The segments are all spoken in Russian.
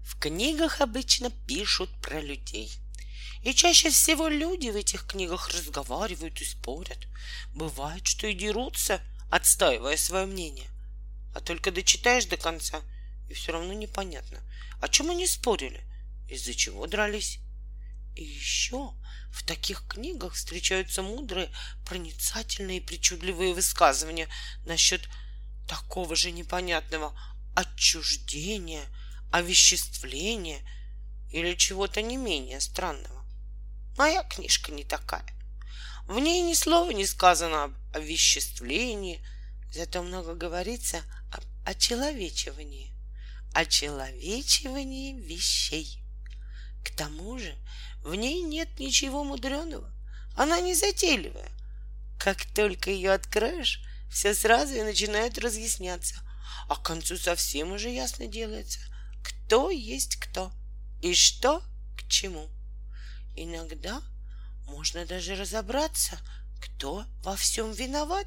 В книгах обычно пишут про людей. И чаще всего люди в этих книгах разговаривают и спорят. Бывает, что и дерутся, отстаивая свое мнение. А только дочитаешь до конца, и все равно непонятно, о чем они спорили, из-за чего дрались. И еще в таких книгах встречаются мудрые, проницательные и причудливые высказывания насчет такого же непонятного отчуждения, овеществления или чего-то не менее странного. Моя книжка не такая. В ней ни слова не сказано об овеществлении, зато много говорится об очеловечивании вещей. К тому же в ней нет ничего мудреного. Она не затейливая. Как только ее откроешь, все сразу и начинает разъясняться. А к концу совсем уже ясно делается, кто есть кто и что к чему. Иногда можно даже разобраться, кто во всем виноват.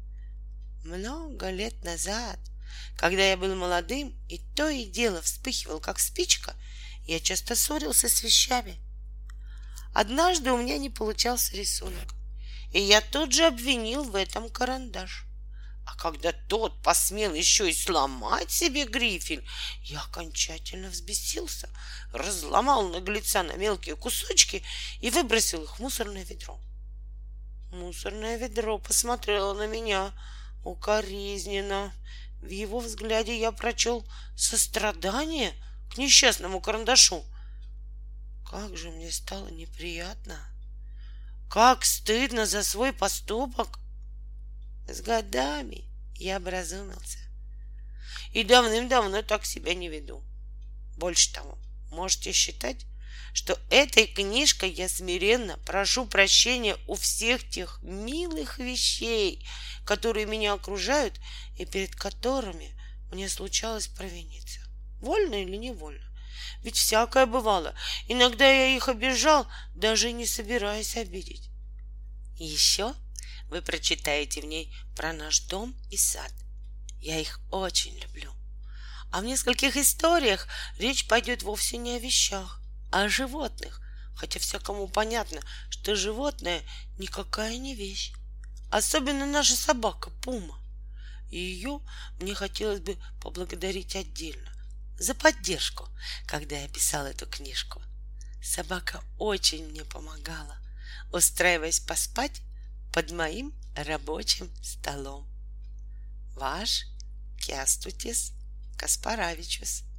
Много лет назад, когда я был молодым и то и дело вспыхивал, как спичка, я часто ссорился с вещами. Однажды у меня не получался рисунок, и я тут же обвинил в этом карандаш. А когда тот посмел еще и сломать себе грифель, я окончательно взбесился, разломал наглеца на мелкие кусочки и выбросил их в мусорное ведро. Мусорное ведро посмотрело на меня укоризненно. В его взгляде я прочел сострадание к несчастному карандашу. Как же мне стало неприятно, как стыдно за свой поступок. С годами я образумился и давным-давно так себя не веду. Больше того, можете считать, что этой книжкой я смиренно прошу прощения у всех тех милых вещей, которые меня окружают и перед которыми мне случалось провиниться, вольно или невольно. Ведь всякое бывало. Иногда я их обижал, даже не собираясь обидеть. И еще вы прочитаете в ней про наш дом и сад. Я их очень люблю. А в нескольких историях речь пойдет вовсе не о вещах, а о животных. Хотя всякому понятно, что животное никакая не вещь. Особенно наша собака Пума. И ее мне хотелось бы поблагодарить отдельно за поддержку, когда я писал эту книжку. Собака очень мне помогала, устраиваясь поспать под моим рабочим столом. Ваш Кястутис Каспаравичус.